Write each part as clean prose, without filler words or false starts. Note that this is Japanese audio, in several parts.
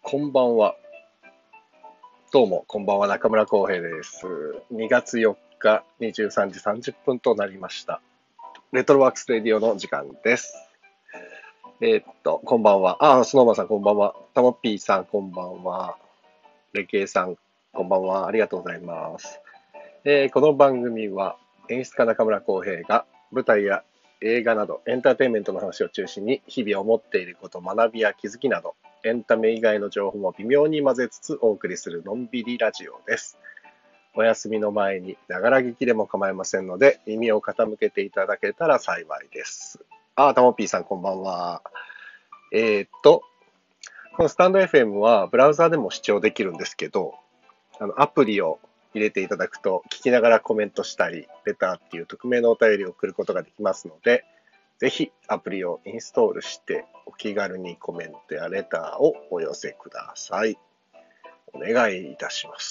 こんばんは。どうも、こんばんは。中村浩平です。2月4日23時30分となりました。レトロワークスレディオの時間です。こんばんは。スノーマンさんこんばんは。タモピーさんこんばんは。レケイさんこんばんは。ありがとうございます。この番組は演出家中村浩平が舞台や映画などエンターテインメントの話を中心に日々思っていること、学びや気づきなどエンタメ以外の情報も微妙に混ぜつつお送りするのんびりラジオです。お休みの前にながら聞きでも構いませんので耳を傾けていただけたら幸いです。タモピーさんこんばんは。このスタンド FM はブラウザでも視聴できるんですけど、アプリを入れていただくと聞きながらコメントしたりレターっていう匿名のお便りを送ることができますので、ぜひアプリをインストールしてお気軽にコメントやレターをお寄せください。お願いいたします。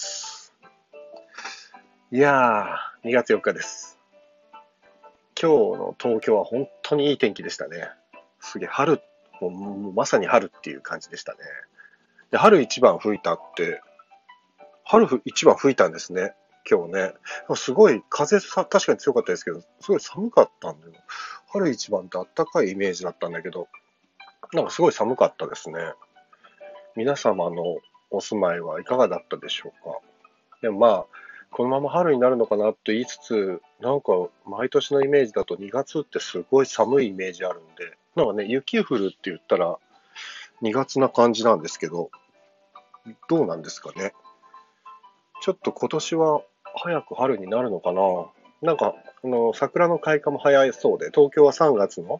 いやー、2月4日です。今日の東京は本当にいい天気でしたね。すげえ春、もうまさに春っていう感じでしたね。で、春一番吹いたって春一番吹いたんですね、今日ね。すごい風確かに強かったですけど、すごい寒かったんで、春一番ってあったかいイメージだったんだけど、なんかすごい寒かったですね。皆様のお住まいはいかがだったでしょうか。でもこのまま春になるのかなと言いつつ、なんか毎年のイメージだと2月ってすごい寒いイメージあるんで、なんかね、雪降るって言ったら2月な感じなんですけど、どうなんですかね。ちょっと今年は早く春になるのかな。なんか、桜の開花も早いそうで、東京は3月の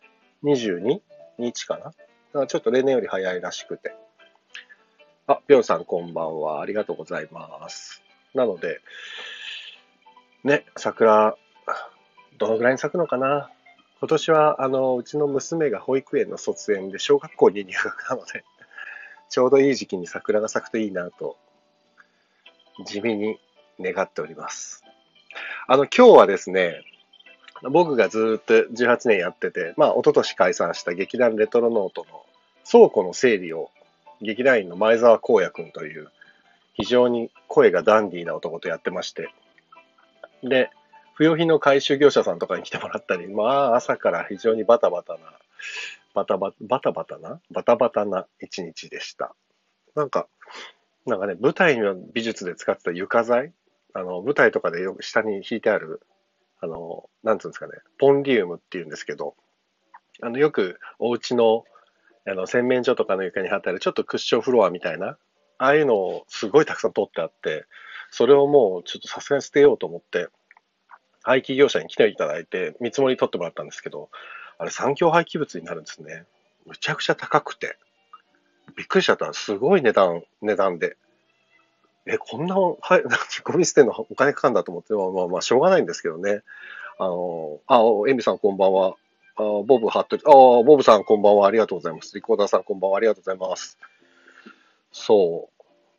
22日かな。だからちょっと例年より早いらしくて。ぴょんさんこんばんは。ありがとうございます。なので、ね、桜、どのぐらいに咲くのかな。今年は、うちの娘が保育園の卒園で小学校に入学なので、ちょうどいい時期に桜が咲くといいなと、地味に願っております。今日はですね、僕がずっと18年やってて、一昨年解散した劇団レトロノートの倉庫の整理を劇団員の前澤光也くんという非常に声がダンディーな男とやってまして、で、不用品の回収業者さんとかに来てもらったり、朝から非常にバタバタな一日でした。なんかね、舞台の美術で使ってた床材、舞台とかでよく下に引いてあるなんつうんですかね、ポンリウムっていうんですけど、よくお家の、洗面所とかの床に貼ってあるちょっとクッションフロアみたいな、ああいうのをすごいたくさん取ってあって、それをもうちょっとさすがに捨てようと思って、廃棄業者に来ていただいて、見積もり取ってもらったんですけど、あれ産業廃棄物になるんですね。むちゃくちゃ高くて。びっくりしちゃった。すごい値段で。こんな、ゴミ捨てるのお金かかるんだと思って、しょうがないんですけどね。エミさんこんばんは。ボブハットリ、ボブさんこんばんは。ありがとうございます。リコーダーさんこんばんは。ありがとうございます。そう。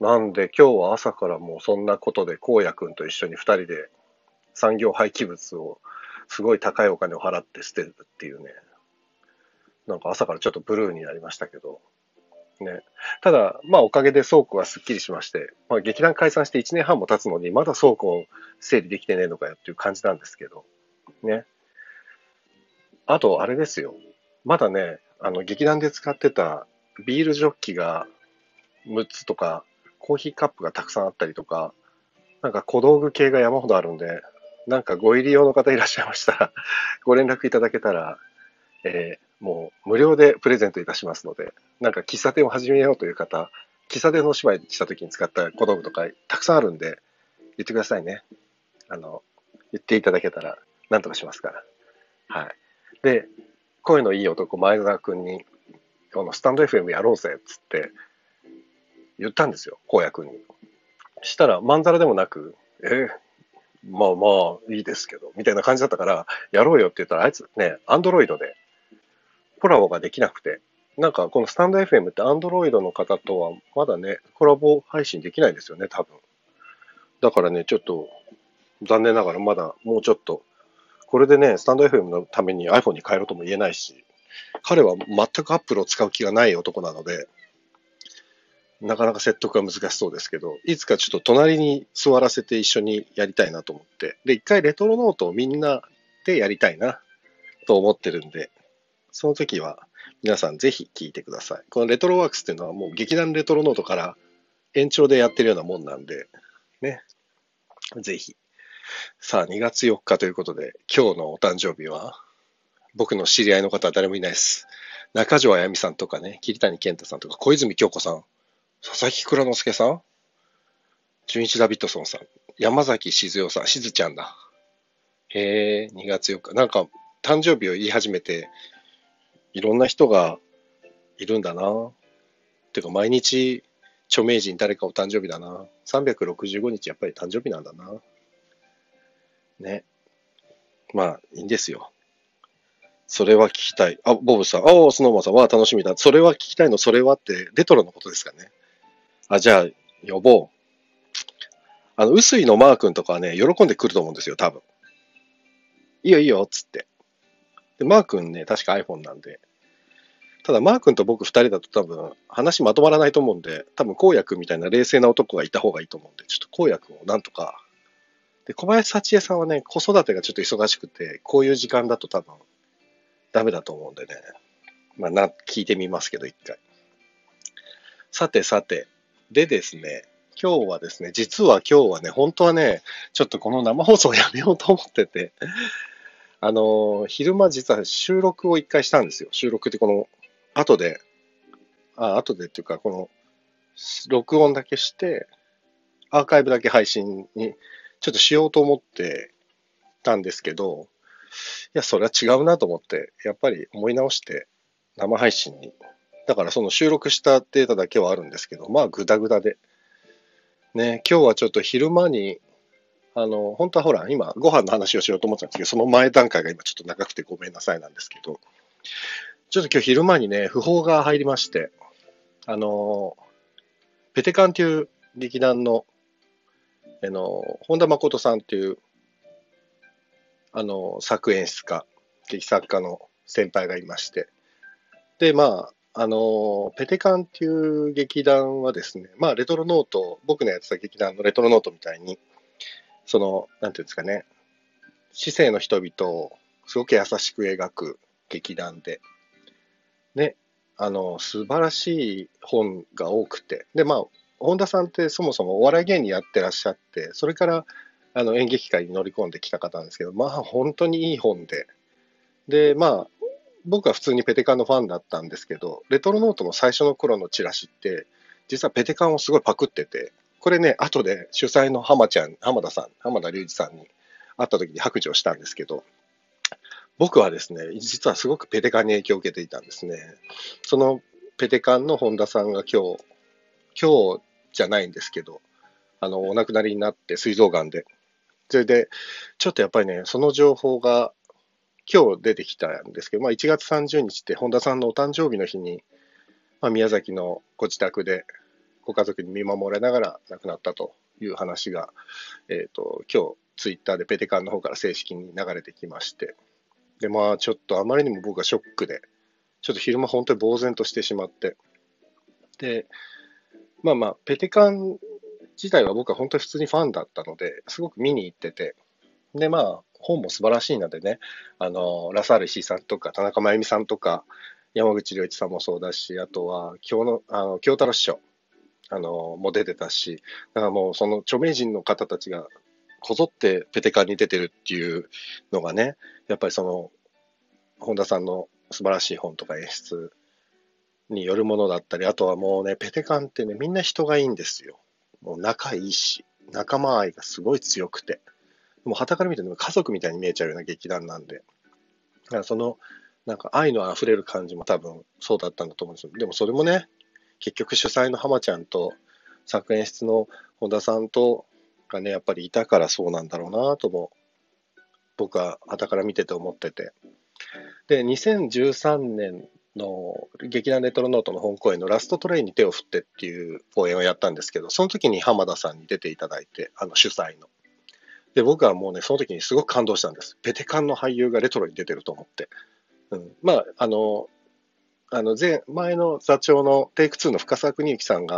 なんで今日は朝からもうそんなことで、荒野くんと一緒に二人で産業廃棄物をすごい高いお金を払って捨てるっていうね。なんか朝からちょっとブルーになりましたけど。ね。ただ、おかげで倉庫がすっきりしまして、劇団解散して1年半も経つのに、まだ倉庫を整理できてねえのかよっていう感じなんですけど。ね。あと、あれですよ。まだね、劇団で使ってたビールジョッキが6つとか、コーヒーカップがたくさんあったりとか、なんか小道具系が山ほどあるんで、なんかご入り用の方いらっしゃいましたら、ご連絡いただけたら、もう無料でプレゼントいたしますので、なんか喫茶店を始めようという方、喫茶店のお芝居した時に使った小道具とかたくさんあるんで、言ってくださいね。言っていただけたら何とかしますから。はい。で、声のいい男、前澤くんに、スタンド FM やろうぜっつって言ったんですよ、荒野くんに。したら、まんざらでもなく、いいですけど、みたいな感じだったから、やろうよって言ったら、あいつね、アンドロイドでコラボができなくて、なんかこのスタンド FM ってアンドロイドの方とはまだね、コラボ配信できないんですよね、多分。だからね、ちょっと残念ながらまだもうちょっと、これでね、スタンド FM のために iPhone に変えろとも言えないし、彼は全く Apple を使う気がない男なので、 なかなか説得は難しそうですけど、いつかちょっと隣に座らせて一緒にやりたいなと思って、で、一回レトロノートをみんなでやりたいなと思ってるんで、その時は皆さんぜひ聞いてください。このレトロワークスっていうのはもう劇団レトロノートから延長でやってるようなもんなんで、ね、ぜひ。さあ、2月4日ということで、今日のお誕生日は、僕の知り合いの方は誰もいないです。中条あやみさんとかね、桐谷健太さんとか、小泉京子さん、佐々木蔵之介さん、純一ダビッドソンさん、山崎静代さん、しずちゃんだ。へえ、2月4日。なんか、誕生日を言い始めて、いろんな人がいるんだな。てか、毎日、著名人誰かお誕生日だな。365日やっぱり誕生日なんだな。ね。まあ、いいんですよ。それは聞きたい。あ、ボブさん。ああ、スノーマンさんは楽しみだ。それは聞きたいの、それはってレトロのことですかね。あ、じゃあ、呼ぼう。臼井のマー君とかはね、喜んでくると思うんですよ、多分。いいよいいよ、つって。で、マー君ね、確か iPhone なんで。ただ、マー君と僕二人だと多分、話まとまらないと思うんで、多分、荒野君みたいな冷静な男がいた方がいいと思うんで、ちょっと荒野君をなんとか。で、小林幸恵さんはね、子育てがちょっと忙しくて、こういう時間だと多分、ダメだと思うんでね。まあ、聞いてみますけど、一回。さてさて。でですね、今日はですね、実は今日はね、本当はね、ちょっとこの生放送をやめようと思ってて、昼間実は収録を一回したんですよ。収録ってこの、後で、後でっていうか、この、録音だけして、アーカイブだけ配信に、ちょっとしようと思ってたんですけど、いや、それは違うなと思って、やっぱり思い直して、生配信に。だからその収録したデータだけはあるんですけど、まあ、グダグダで。ね、今日はちょっと昼間に、本当はほら、今、ご飯の話をしようと思ってたんですけど、その前段階が今ちょっと長くてごめんなさいなんですけど、ちょっと今日昼間にね、訃報が入りまして、あの、ペテカンという劇団の、本田誠さんっていう、作演出家、劇作家の先輩がいまして、で、まあ、ペテカンっていう劇団はですね、まあ、レトロノート、僕のやってた劇団のレトロノートみたいに、なんていうんですかね、市政の人々をすごく優しく描く劇団で、ね、素晴らしい本が多くて、で、まあ、本田さんってそもそもお笑い芸人やってらっしゃって、それから演劇界に乗り込んできた方なんですけど、まあ、本当にいい本で、で、まあ、僕は普通にペテカンのファンだったんですけど、レトロノートの最初の頃のチラシって、実はペテカンをすごいパクってて、これね、後で主催の浜田さん、浜田隆二さんに会った時に白状したんですけど、僕はですね、実はすごくペテカンに影響を受けていたんですね。そのペテカンの本田さんが今日じゃないんですけど、お亡くなりになって膵臓がんで。それで、ちょっとやっぱりね、その情報が今日出てきたんですけど、まあ、1月30日って本田さんのお誕生日の日に、まあ、宮崎のご自宅でご家族に見守られながら亡くなったという話が、今日ツイッターでペテカンの方から正式に流れてきまして、で、まあちょっとあまりにも僕はショックで、ちょっと昼間本当に呆然としてしまって、で、まあまあ、ペテカン自体は僕は本当に普通にファンだったので、すごく見に行ってて、で、まあ、本も素晴らしいのでね、ラサール石井さんとか、田中真由美さんとか、山口良一さんもそうだし、あとは、京太郎師匠、も出てたし、だからもうその著名人の方たちがこぞってペテカンに出てるっていうのがね、やっぱりその、本田さんの素晴らしい本とか演出によるものだったり、あとはもうね、ペテカンってね、みんな人がいいんですよ。もう仲いいし、仲間愛がすごい強くて、もう傍から見ても家族みたいに見えちゃうような劇団なんで、だからその、なんか愛の溢れる感じも多分そうだったんだと思うんですよ。でもそれもね、結局主催の浜ちゃんと作演出の本田さんとがね、やっぱりいたからそうなんだろうなとも、僕は傍から見てて思ってて。で、2013年の劇団レトロノートの本公演のラストトレインに手を振ってっていう公演をやったんですけど、その時に浜田さんに出ていただいて、主催の。で、僕はもうね、その時にすごく感動したんです。ペテカンの俳優がレトロに出てると思って。うん、まあ、前の座長のテイク2の深沢邦之さんが、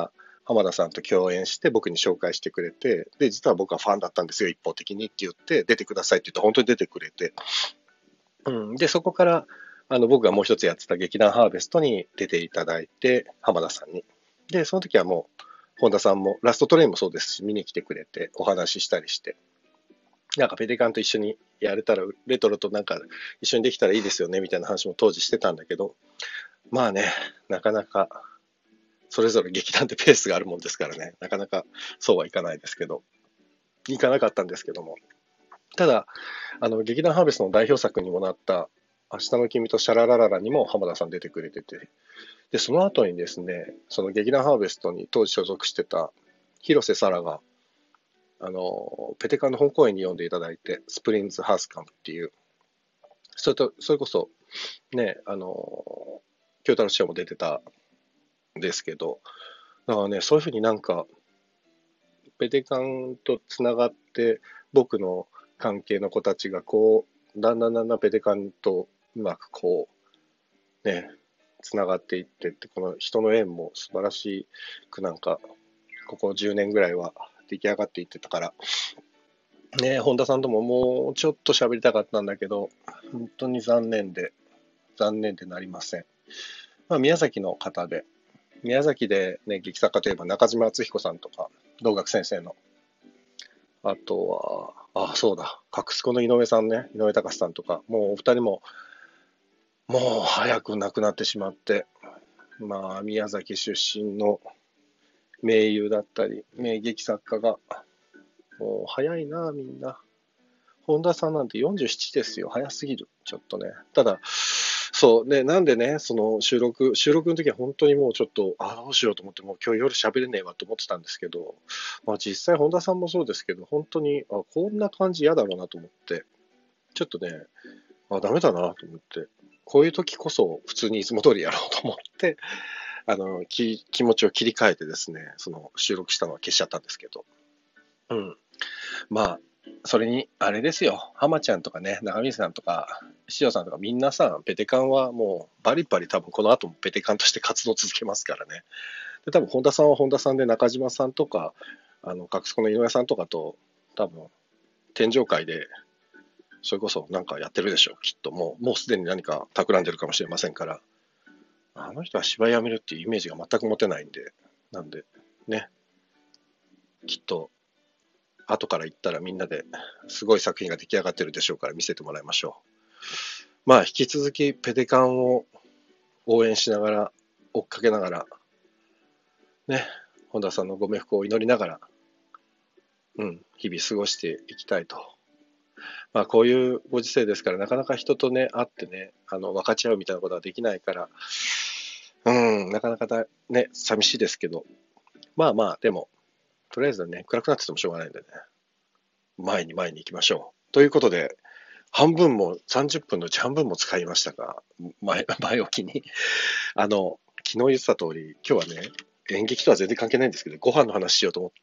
浜田さんと共演して僕に紹介してくれて、で、実は僕はファンだったんですよ、一方的にって言って、出てくださいって言って本当に出てくれて、で、そこから、僕がもう一つやってた劇団ハーベストに出ていただいて、浜田さんに。で、その時はもう、本田さんも、ラストトレインもそうですし、見に来てくれて、お話ししたりして、なんかペテカンと一緒にやれたら、レトロとなんか一緒にできたらいいですよね、みたいな話も当時してたんだけど、まあね、なかなか、それぞれ劇団ってペースがあるもんですからね、なかなかそうはいかないですけど、いかなかったんですけども、ただ、劇団ハーベストの代表作にもなった、明日の君とシャララララにも浜田さん出てくれてて、で、その後にですね、その劇団ハーベストに当時所属してた広瀬沙羅が、ペテカンの本公演に読んでいただいて、スプリンズハウスカムっていう、それこそ、ね、京太郎師匠も出てたんですけど、だからね、そういうふうになんか、ペテカンとつながって、僕の関係の子たちがこう、だんだんペテカンとうまくこう、ね、つながっていってって、この人の縁も素晴らしくなんか、ここ10年ぐらいは出来上がっていってたから、ね、本田さんとももうちょっと喋りたかったんだけど、本当に残念でなりません。まあ、宮崎の方で、宮崎でね、劇作家といえば中島敦彦さんとか、道楽先生の、あとは、そうだ、カクスコの井上さんね、井上隆さんとか、もうお二人も、もう早く亡くなってしまって、まあ、宮崎出身の名優だったり、名劇作家が、もう早いな、みんな。本田さんなんて47ですよ。早すぎる。ちょっとね。ただ、そう。で、なんでね、その収録の時は本当にもうちょっと、どうしようと思って、もう今日夜喋れねえわと思ってたんですけど、まあ実際本田さんもそうですけど、本当に、こんな感じ嫌だろうなと思って、ちょっとね、ダメだなと思って、こういう時こそ普通にいつも通りやろうと思って、気持ちを切り替えてですね、その収録したのは消しちゃったんですけど、うん。まあ、それに、あれですよ。浜ちゃんとかね、長水さんとか、しおさんとかみんなさ、ペテカンはもうバリバリ多分この後もペテカンとして活動続けますからね。で、多分本田さんは本田さんで中島さんとか、カクスコの井上さんとかと、多分、天上界で、それこそなんかやってるでしょう、きっと。もうすでに何か企んでるかもしれませんから。あの人は芝居やめるっていうイメージが全く持てないんで、なんで、ね、きっと後から言ったらみんなですごい作品が出来上がってるでしょうから見せてもらいましょう。まあ引き続きペデカンを応援しながら、追っかけながら、ね、本田さんのご冥福を祈りながら、日々過ごしていきたいと。まあこういうご時世ですからなかなか人とね、会ってね、分かち合うみたいなことはできないから、なかなかね、寂しいですけど、まあまあ、でも、とりあえずね、暗くなっててもしょうがないんでね、前に行きましょう。ということで、半分も、30分のうち半分も使いましたが、前置きに。昨日言ってた通り、今日はね、演劇とは全然関係ないんですけど、ご飯の話しようと思って、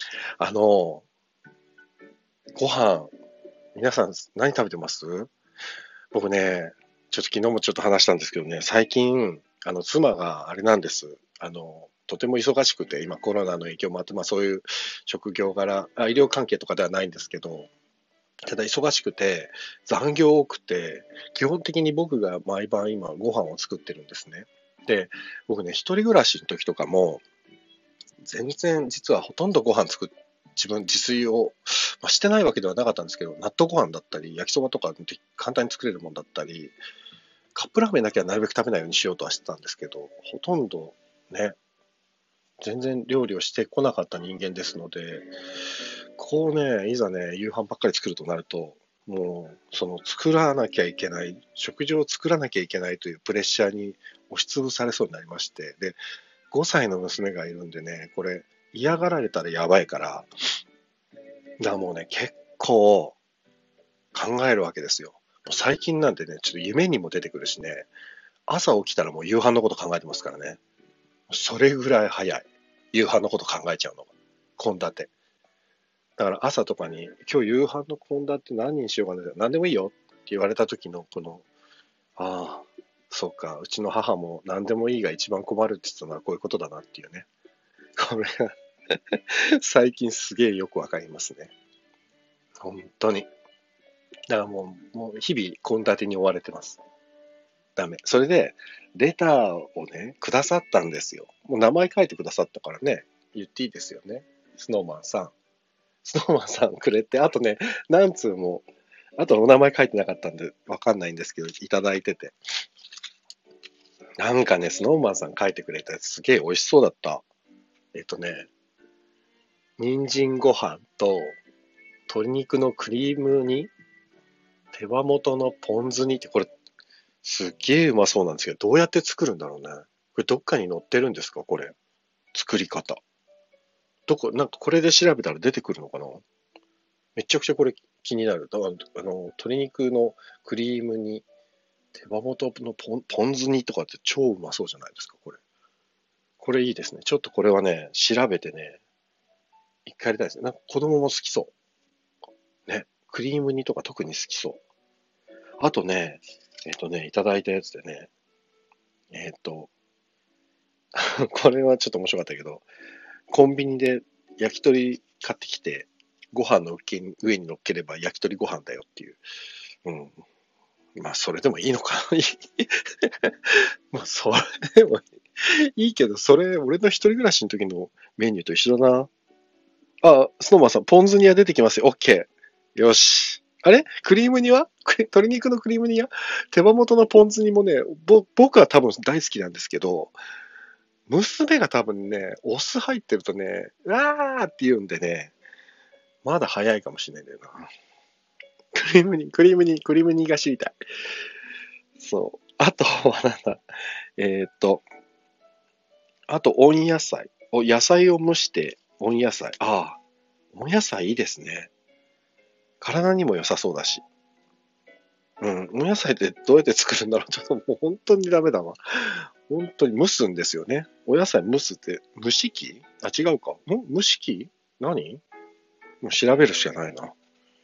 ご飯、皆さん何食べてます？僕ね、ちょっと昨日もちょっと話したんですけどね、最近、妻があれなんです。とても忙しくて、今コロナの影響もあって、まあそういう職業柄、医療関係とかではないんですけど、ただ忙しくて、残業多くて、基本的に僕が毎晩今ご飯を作ってるんですね。で、僕ね、一人暮らしの時とかも、全然実はほとんどご飯自炊を、してないわけではなかったんですけど、納豆ご飯だったり、焼きそばとか簡単に作れるもんだったり、カップラーメンだけはなるべく食べないようにしようとはしてたんですけど、ほとんどね、全然料理をしてこなかった人間ですので、こうね、いざね、夕飯ばっかり作るとなると、もう、その作らなきゃいけない、食事を作らなきゃいけないというプレッシャーに押しつぶされそうになりまして、で、5歳の娘がいるんでね、これ、嫌がられたらやばいから、だからもうね、結構考えるわけですよ。もう最近なんてね、ちょっと夢にも出てくるしね、朝起きたらもう夕飯のこと考えてますからね。それぐらい早い。夕飯のこと考えちゃうのが。献立。だから朝とかに、今日夕飯の献立何にしようかな、何でもいいよって言われた時の、ああ、そうか、うちの母も何でもいいが一番困るって言ってたのはこういうことだなっていうね。 これが最近すげえよくわかりますね。本当に。だからもう日々献立に追われてます。ダメ。それで、レターをね、くださったんですよ。もう名前書いてくださったからね、言っていいですよね。スノーマンさん。スノーマンさんくれて、あとね、何通も、あとお名前書いてなかったんで、わかんないんですけど、いただいてて。なんかね、スノーマンさん書いてくれたやつすげえ美味しそうだった。ね、人参ご飯と鶏肉のクリーム煮、手羽元のポン酢煮って、これすっげえうまそうなんですけど、どうやって作るんだろうね。これどっかに載ってるんですかこれ。作り方。なんかこれで調べたら出てくるのかな。めちゃくちゃこれ気になる。だから鶏肉のクリームに手羽元のポン酢煮とかって超うまそうじゃないですか、これ。これいいですね。ちょっとこれはね、調べてね、一回やりたいですね。なんか子供も好きそう。ね。クリーム煮とか特に好きそう。あとね、いただいたやつでね、えっと、これはちょっと面白かったけど、コンビニで焼き鳥買ってきて、ご飯の上に乗っければ焼き鳥ご飯だよっていう。うん。まあ、それでもいいのかな。まあ、それでもいいけど、それ、俺の一人暮らしの時のメニューと一緒だな。あ、スノーマンさん、ポン酢煮は出てきますよ。オッケー。よし。あれクリーム煮は鶏肉のクリーム煮は手羽元のポン酢煮もね、僕は多分大好きなんですけど、娘が多分ね、お酢入ってるとね、うわーって言うんでね、まだ早いかもしれないんだよな。クリーム煮が知りたい。そう。あとはなんだ、えーっと、あと温野菜。野菜を蒸して温野菜。ああ、温野菜いいですね。体にも良さそうだし。うん、温野菜ってどうやって作るんだろう。ちょっともう本当にダメだわ。本当に蒸すんですよね。お野菜蒸すって、蒸し器あ、違うか。蒸し器何もう調べるしかないな。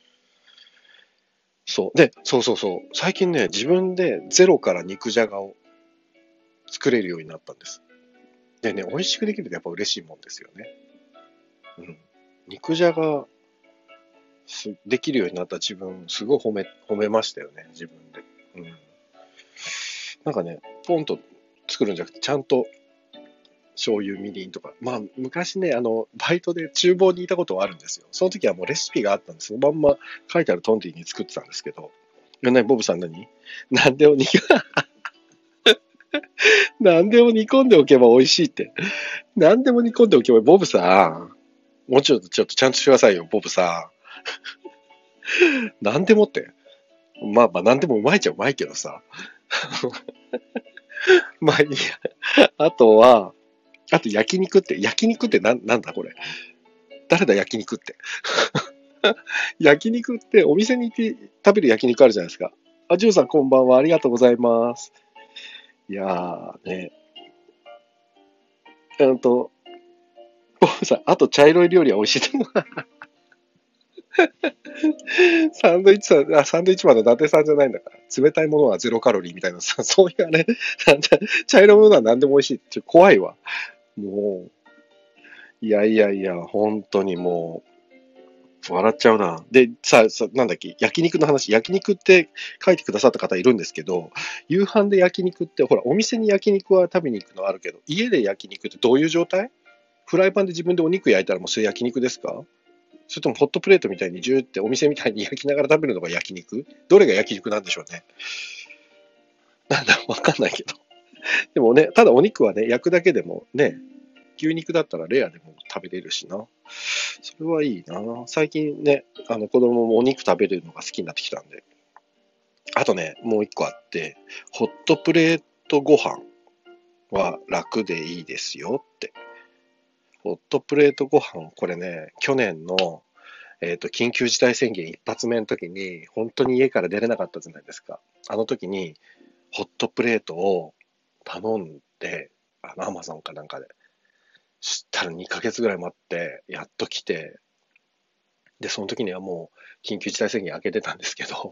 そう。で、そうそうそう。最近ね、自分でゼロから肉じゃがを作れるようになったんです。でね、美味しくできるとやっぱ嬉しいもんですよね。うん。肉じゃができるようになった自分、すごい褒めましたよね、自分で。うん。なんかね、ポンと作るんじゃなくて、ちゃんと醤油、みりんとか。まあ、昔ね、バイトで厨房にいたことはあるんですよ。その時はもうレシピがあったんです。そのまんま書いてあるトンティに作ってたんですけど。ボブさんなんでもなんでも煮込んでおけば美味しいって。なんでも煮込んでおけば、ボブさん。もうちょっとちゃんとしてくださいよ、ボブさん。なんでもって。まあまあ、なんでもうまいっちゃうまいけどさ。まあいいや。あと焼肉ってなんだこれ。誰だ焼肉って。焼肉ってお店に行って食べる焼肉あるじゃないですか。あ、ジュンさんこんばんは。ありがとうございます。いやーね。ボブさん、あと茶色い料理は美味しい。サンドイッチマンの伊達さんじゃないんだから。冷たいものはゼロカロリーみたいなさ、そういうあれ、茶色いものは何でも美味しい。怖いわ。もいやいやいや、本当にも笑っちゃうな。で、なんだっけ、焼肉の話。焼肉って書いてくださった方いるんですけど、夕飯で焼肉って、ほら、お店に焼肉は食べに行くのあるけど、家で焼肉ってどういう状態？フライパンで自分でお肉焼いたらもうそれ焼肉ですか？それともホットプレートみたいにジューってお店みたいに焼きながら食べるのが焼肉？どれが焼肉なんでしょうね。なんだ、わかんないけど。でもね、ただお肉はね、焼くだけでもね、牛肉だったらレアでも食べれるしな。それはいいな。最近ね、子供もお肉食べるのが好きになってきたんで。あとね、もう一個あって、ホットプレートご飯は楽でいいですよって。ホットプレートご飯、これね、去年の、緊急事態宣言一発目の時に、本当に家から出れなかったじゃないですか。あの時に、ホットプレートを頼んで、アマゾンかなんかで。そしたら2ヶ月ぐらい待って、やっと来て、で、その時にはもう緊急事態宣言明けてたんですけど、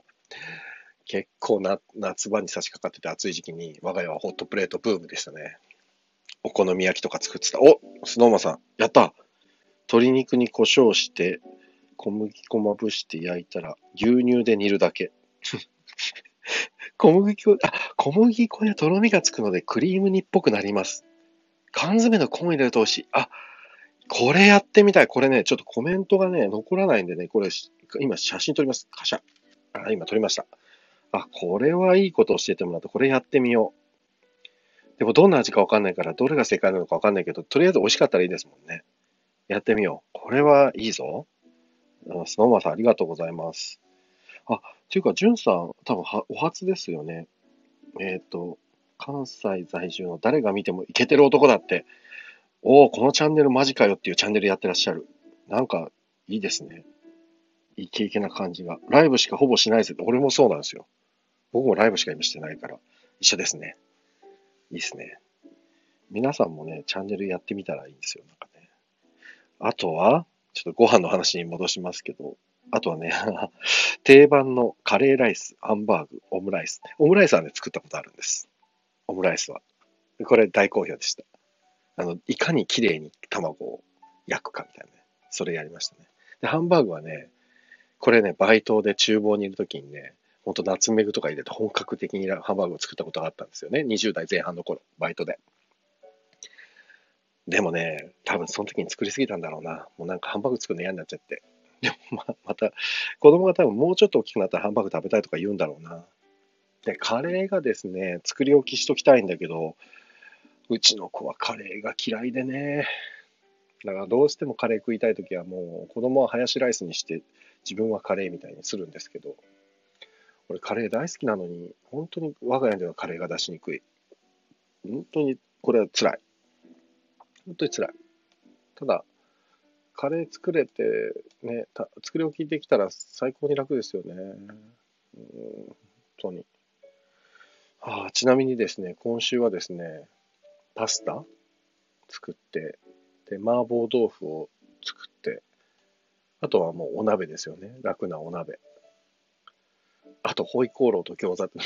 結構夏場に差し掛かってて暑い時期に我が家はホットプレートブームでしたね。 お好み焼きとか作ってた。お、スノーマンさん、やった。鶏肉に胡椒して、小麦粉まぶして焼いたら、牛乳で煮るだけ。小麦粉でとろみがつくのでクリーム煮っぽくなります。缶詰のコーン入れると美味しい。あ、これやってみたい。これね、ちょっとコメントがね、残らないんでね、これ、今写真撮ります。カシャ。今撮りました。これはいいことを教えてもらった。これやってみよう。でもどんな味かわかんないから、どれが正解なのかわかんないけど、とりあえず美味しかったらいいですもんね。やってみよう。これはいいぞ。スノーマンさんありがとうございます。っていうか、ジュンさん、多分お初ですよね。関西在住の誰が見てもイケてる男だって。このチャンネルマジかよっていうチャンネルやってらっしゃる。なんか、いいですね。イケイケな感じが。ライブしかほぼしないですよ。俺もそうなんですよ。僕もライブしか今してないから。一緒ですね。いいですね。皆さんもね、チャンネルやってみたらいいんですよ。なんかね。あとは、ちょっとご飯の話に戻しますけど、あとはね、定番のカレーライス、ハンバーグ、オムライス。オムライスはね、作ったことあるんです。オムライスは。これ大好評でした。いかに綺麗に卵を焼くかみたいなね。それやりましたね。で、ハンバーグはね、これね、バイトで厨房にいるときにね、ほんとナツメグとか入れて本格的にハンバーグを作ったことがあったんですよね。20代前半の頃、バイトで。でもね、多分その時に作りすぎたんだろうな。もうなんかハンバーグ作るの嫌になっちゃって。でもまた、子供が多分もうちょっと大きくなったらハンバーグ食べたいとか言うんだろうな。で、カレーがですね、作り置きしときたいんだけど、うちの子はカレーが嫌いでね。だからどうしてもカレー食いたいときはもう子供はハヤシライスにして自分はカレーみたいにするんですけど、俺カレー大好きなのに、本当に我が家ではカレーが出しにくい。本当にこれは辛い。本当に辛い。ただ、カレー作れて、ね、作り置きできたら最高に楽ですよね。本当に。ちなみにですね、今週はですね、パスタ作って、で、麻婆豆腐を作って、あとはもうお鍋ですよね。楽なお鍋。あと、ホイコーローと餃子って、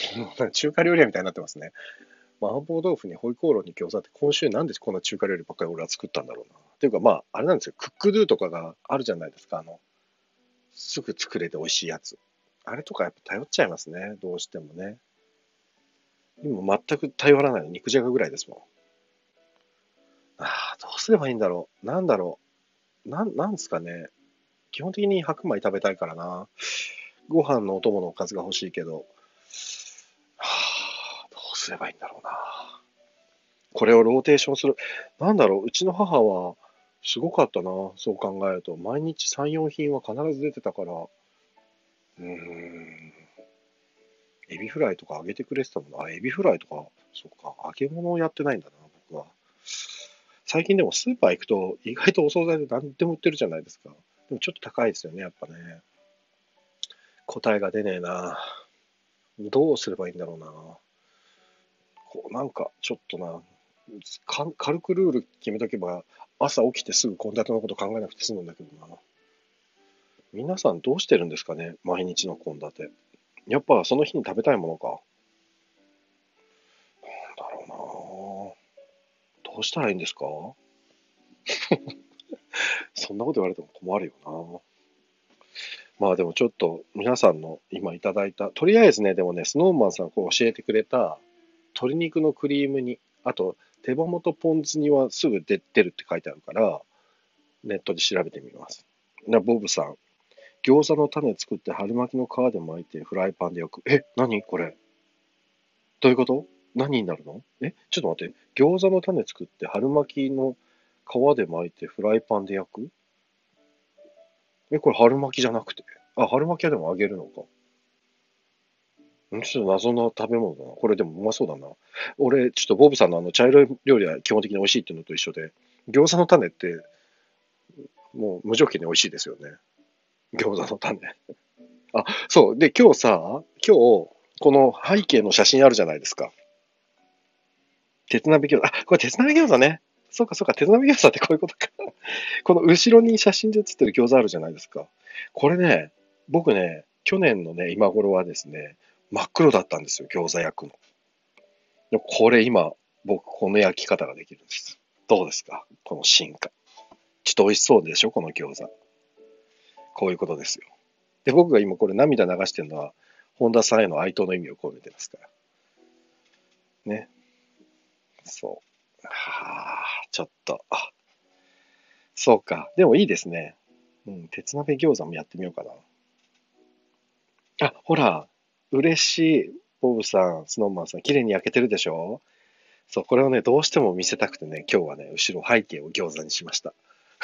中華料理屋みたいになってますね。麻婆豆腐にホイコーローに餃子って今週なんでこんな中華料理ばっかり俺は作ったんだろうな。っていうかあれなんですよ。クックドゥとかがあるじゃないですか。すぐ作れて美味しいやつ。あれとかやっぱ頼っちゃいますね。どうしてもね。今全く頼らないの肉じゃがぐらいですもん。どうすればいいんだろう。なんだろう。なんですかね。基本的に白米食べたいからな。ご飯のお供のおかずが欲しいけど。どうすればいいんだろうな。これをローテーションする。なんだろう。うちの母は、すごかったな。そう考えると。毎日3、4品は必ず出てたから。エビフライとか揚げてくれてたもんな。エビフライとか、そっか、揚げ物をやってないんだな、僕は。最近でもスーパー行くと、意外とお惣菜で何でも売ってるじゃないですか。でもちょっと高いですよね、やっぱね。答えが出ねえな。どうすればいいんだろうな。なんか、ちょっとな、軽くルール決めとけば、朝起きてすぐ献立のこと考えなくて済むんだけどな。皆さんどうしてるんですかね、毎日の献立。やっぱその日に食べたいものか。だろうな。どうしたらいいんですか？そんなこと言われても困るよな。でもちょっと皆さんの今いただいた、とりあえずね、でもね、スノーマンさんが教えてくれた鶏肉のクリーム煮、あと手羽元ポン酢煮はすぐ出るって書いてあるから、ネットで調べてみます。ボブさん、餃子の種作って春巻きの皮で巻いてフライパンで焼く。何これ、どういうこと？何になるの？ちょっと待って。餃子の種作って春巻きの皮で巻いてフライパンで焼く？これ春巻きじゃなくて。春巻きはでも揚げるのか。ちょっと謎の食べ物だな。これでもうまそうだな。俺、ちょっとボブさんの茶色い料理は基本的に美味しいっていうのと一緒で、餃子の種ってもう無条件に美味しいですよね。餃子の種。そう。で、今日、この背景の写真あるじゃないですか。鉄鍋餃子。これ鉄鍋餃子ね。そうかそうか、鉄鍋餃子ってこういうことか。この後ろに写真で写ってる餃子あるじゃないですか。これね、僕ね、去年のね、今頃はですね、真っ黒だったんですよ、餃子焼くの。でもこれ今、 僕、この焼き方ができるんです。どうですかこの進化。ちょっと美味しそうでしょこの餃子。こういうことですよ。で、僕が今これ涙流してるのは、本田さんへの哀悼の意味を込めてますから。ね。そう。はあ、ちょっと。そうか。でもいいですね。うん、鉄鍋餃子もやってみようかな。あ、ほら、嬉しい。ボブさん、スノーマンさん、綺麗に焼けてるでしょ。そう、これをね、どうしても見せたくてね、今日はね、後ろ背景を餃子にしました。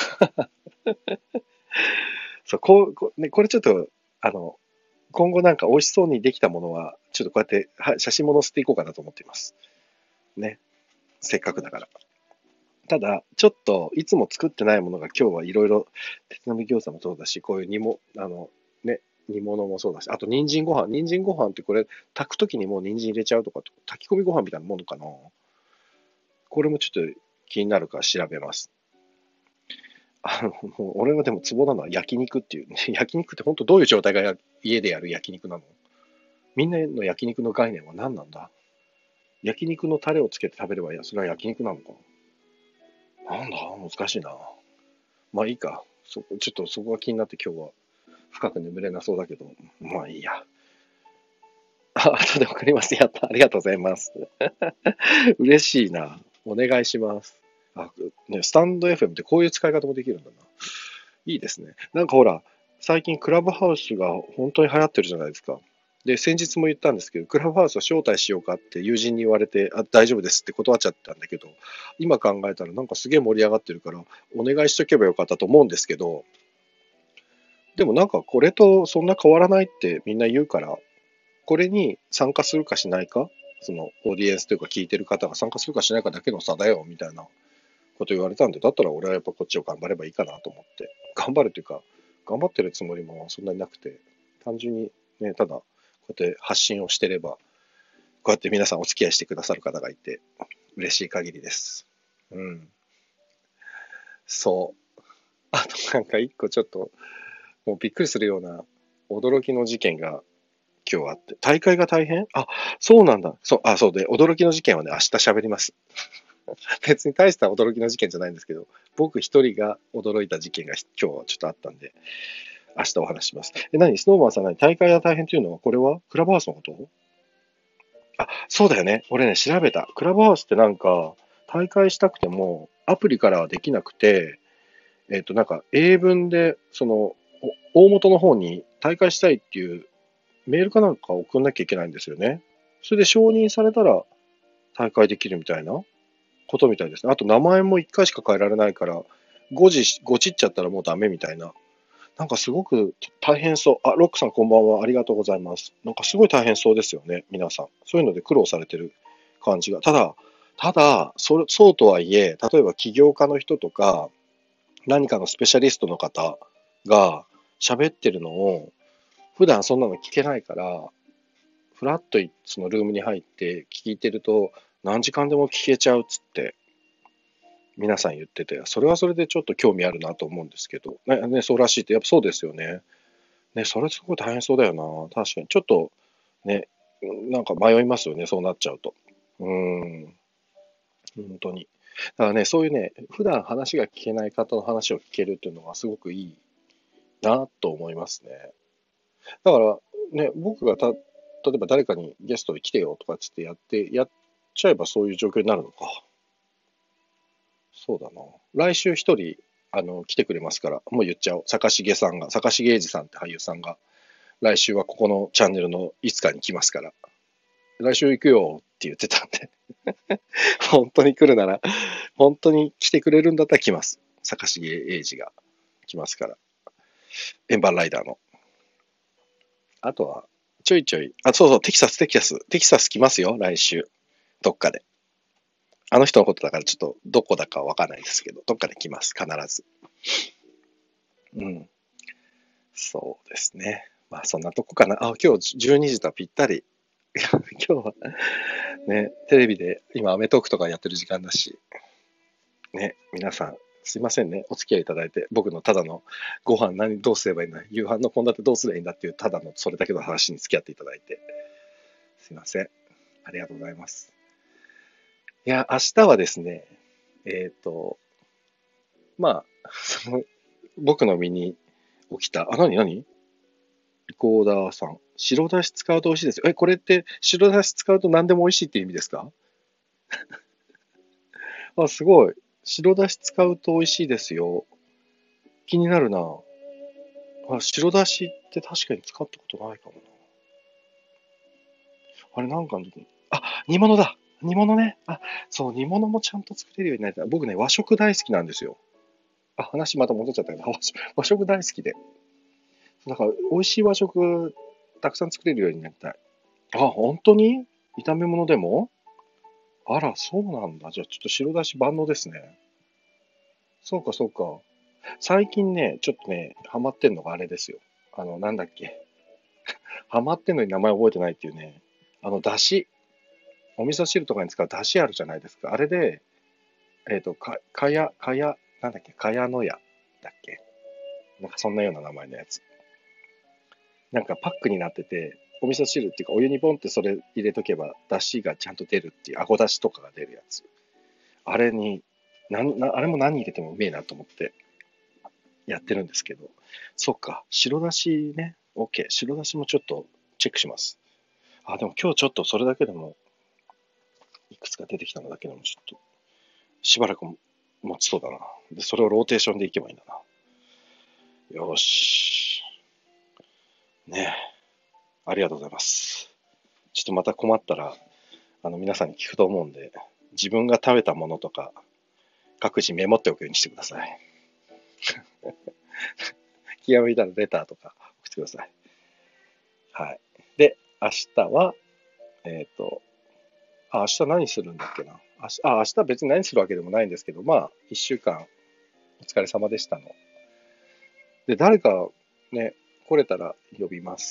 そう、ね、これちょっと、あの、今後なんか美味しそうにできたものは、ちょっとこうやって写真も載せていこうかなと思っています。ね。せっかくだから。ただ、ちょっといつも作ってないものが今日はいろいろ、鉄鍋餃子もそうだし、こういうね、煮物もそうだし、あと人参ご飯。人参ご飯ってこれ、炊くときにもう人参入れちゃうとか、炊き込みご飯みたいなものかな。これもちょっと気になるから調べます。もう俺はでもツボなのは焼肉っていう、焼肉って本当どういう状態が家でやる焼肉なの。みんなの焼肉の概念は何なんだ。焼肉のタレをつけて食べればいいや、それは焼肉なのか。なんだ難しいな。まあいいか。ちょっとそこが気になって今日は深く眠れなそうだけど、まあいいや。後でわかります。やった。ありがとうございます。嬉しいな。お願いします。ね、スタンド FM ってこういう使い方もできるんだな。いいですね。なんかほら、最近クラブハウスが本当に流行ってるじゃないですか。で、先日も言ったんですけど、クラブハウスは招待しようかって友人に言われて、大丈夫ですって断っちゃったんだけど、今考えたらなんかすげえ盛り上がってるから、お願いしとけばよかったと思うんですけど、でもなんかこれとそんな変わらないってみんな言うから、これに参加するかしないか、そのオーディエンスというか聞いてる方が参加するかしないかだけの差だよみたいなこと言われたんで、だったら俺はやっぱこっちを頑張ればいいかなと思って、頑張るというか、頑張ってるつもりもそんなになくて、単純にね、ただこうやって発信をしてれば、こうやって皆さんお付き合いしてくださる方がいて、嬉しい限りです。うん。そう。あとなんか一個ちょっと、もうびっくりするような驚きの事件が今日あって、大会が大変そうなんだ。そうで、驚きの事件はね、明日喋ります。別に大した驚きの事件じゃないんですけど、僕一人が驚いた事件が今日はちょっとあったんで、明日お話します。スノーマンさん大会が大変というのは、これはクラブハウスのこと。そうだよね。俺ね、調べた。クラブハウスってなんか、大会したくても、アプリからはできなくて、なんか、英文で、大元の方に大会したいっていうメールかなんか送んなきゃいけないんですよね。それで承認されたら大会できるみたいなことみたいですね。あと名前も1回しか変えられないから、ごちっちゃったらもうダメみたいな。なんかすごく大変そう。ロックさんこんばんは。ありがとうございます。なんかすごい大変そうですよね。皆さん。そういうので苦労されてる感じが。ただ、そうとはいえ、例えば起業家の人とか、何かのスペシャリストの方が喋ってるのを、普段そんなの聞けないから、フラッとそのルームに入って聞いてると、何時間でも聞けちゃうっつって皆さん言ってて、それはそれでちょっと興味あるなと思うんですけど、そうらしいって、やっぱそうですよね。ね、それすごい大変そうだよな。確かに。ちょっとね、なんか迷いますよね、そうなっちゃうと。本当に。だからね、そういうね、普段話が聞けない方の話を聞けるっていうのはすごくいいなと思いますね。だからね、僕が例えば誰かにゲストで来てよとかつってやっちゃえばそういう状況になるのか。そうだな。来週一人、来てくれますから、もう言っちゃおう。坂重英二さんって俳優さんが、来週はここのチャンネルのいつかに来ますから、来週行くよって言ってたんで、本当に来るなら、本当に来てくれるんだったら来ます。坂重英二が来ますから。円盤ライダーの。あとは、ちょいちょい、そうそう、テキサス来ますよ、来週。どっかで。あの人のことだからちょっとどこだかわかんないですけど、どっかで来ます、必ず。うん。そうですね。まあそんなとこかな。今日12時とぴったり。今日はね、テレビで今アメトークとかやってる時間だし、ね、皆さんすいませんね、お付き合いいただいて、僕のただのご飯どうすればいいんだ、夕飯の献立どうすればいいんだっていうただのそれだけの話に付き合っていただいて、すいません。ありがとうございます。 いや、明日はですね、えっと、まあ、僕の身に起きた、何リコーダーさん。白だし使うと美味しいですよ。これって白だし使うと何でも美味しいって意味ですか？あ、すごい。白だし使うと美味しいですよ。気になるな。白だしって確かに使ったことないかもな。あれなんかの時に。煮物だ。煮物ね。そう、煮物もちゃんと作れるようになりたい。僕ね、和食大好きなんですよ。話また戻っちゃったけど、和食大好きで。だから、美味しい和食、たくさん作れるようになりたい。本当に炒め物でも？あら、そうなんだ。じゃあ、ちょっと白だし万能ですね。そうか、そうか。最近ね、ちょっとね、ハマってんのがあれですよ。なんだっけ。ハマってんのに名前覚えてないっていうね。だし。お味噌汁とかに使うだしあるじゃないですか。あれで、なんだっけ、かやのやだっけ。なんかそんなような名前のやつ。なんかパックになってて、お味噌汁っていうかお湯にボンってそれ入れとけば、だしがちゃんと出るっていう、あごだしとかが出るやつ。あれに、あれも何入れてもうめえなと思ってやってるんですけど。そっか、白だしね。OK。白だしもちょっとチェックします。でも今日ちょっとそれだけでも、いくつか出てきたのだけでもちょっと、しばらく持ちそうだな。で、それをローテーションでいけばいいんだな。よーし。ねえ。ありがとうございます。ちょっとまた困ったら、皆さんに聞くと思うんで、自分が食べたものとか、各自メモっておくようにしてください。気が向いたらレターとか送ってください。はい。で、明日は、明日何するんだっけな。明日別に何するわけでもないんですけど、一週間お疲れ様でしたの。で、誰かね、来れたら呼びます。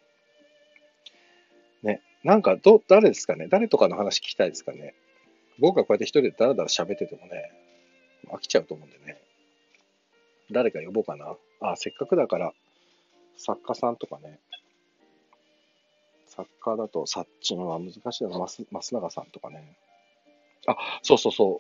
ね、なんか誰ですかね、誰とかの話聞きたいですかね。僕がこうやって一人でダラダラ喋っててもね、飽きちゃうと思うんでね、誰か呼ぼうかな。せっかくだから、作家さんとかね、作家だと、さっちんは難しいな、増永さんとかね。そうそうそう、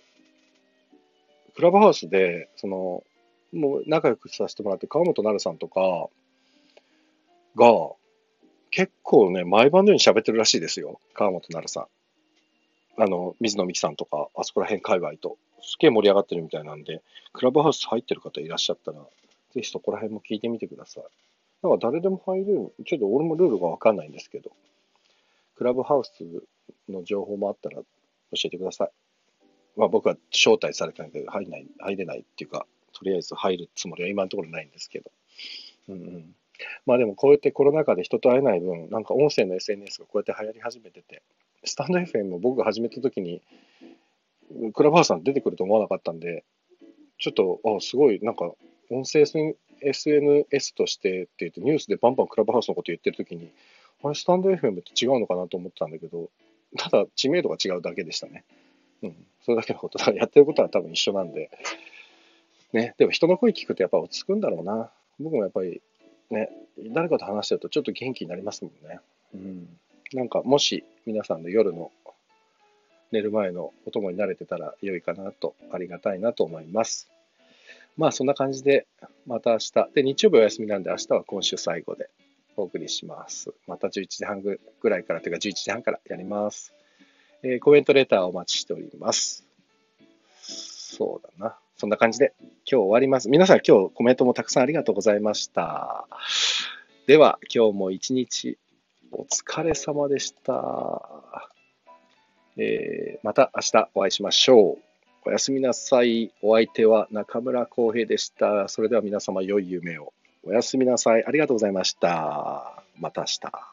クラブハウスで、もう仲良くさせてもらって、川本なるさんとかが、結構ね、毎晩のように喋ってるらしいですよ、川本なるさん。水野美紀さんとか、あそこら辺界隈と、すげえ盛り上がってるみたいなんで、クラブハウス入ってる方いらっしゃったら、ぜひそこら辺も聞いてみてください。なんか誰でも入れる、ちょっと俺もルールがわかんないんですけど、クラブハウスの情報もあったら教えてください。僕は招待されたんで入れないっていうか、とりあえず入るつもりは今のところないんですけど。うんうん。でもこうやってコロナ禍で人と会えない分、なんか音声の SNS がこうやって流行り始めてて、スタンド FM も僕が始めた時に、クラブハウスさん出てくると思わなかったんで、ちょっと、すごい、なんか、音声 SNS としてって言って、ニュースでバンバンクラブハウスのこと言ってる時に、スタンド FM って違うのかなと思ってたんだけど、ただ知名度が違うだけでしたね。うん。それだけのこと。だからやってることは多分一緒なんで。ね。でも人の声聞くとやっぱ落ち着くんだろうな。僕もやっぱりね、誰かと話してるとちょっと元気になりますもんね。うん。なんかもし皆さんの夜の寝る前のお供に慣れてたら良いかなと、ありがたいなと思います。そんな感じで、また明日。で、日曜日お休みなんで明日は今週最後でお送りします。また11時半ぐらいからというか11時半からやります。コメントレターお待ちしております。そうだな。そんな感じで今日終わります。皆さん今日コメントもたくさんありがとうございました。では今日も一日お疲れ様でした。また明日お会いしましょう。おやすみなさい。お相手は中村浩平でした。それでは皆様良い夢を。おやすみなさい。ありがとうございました。また明日。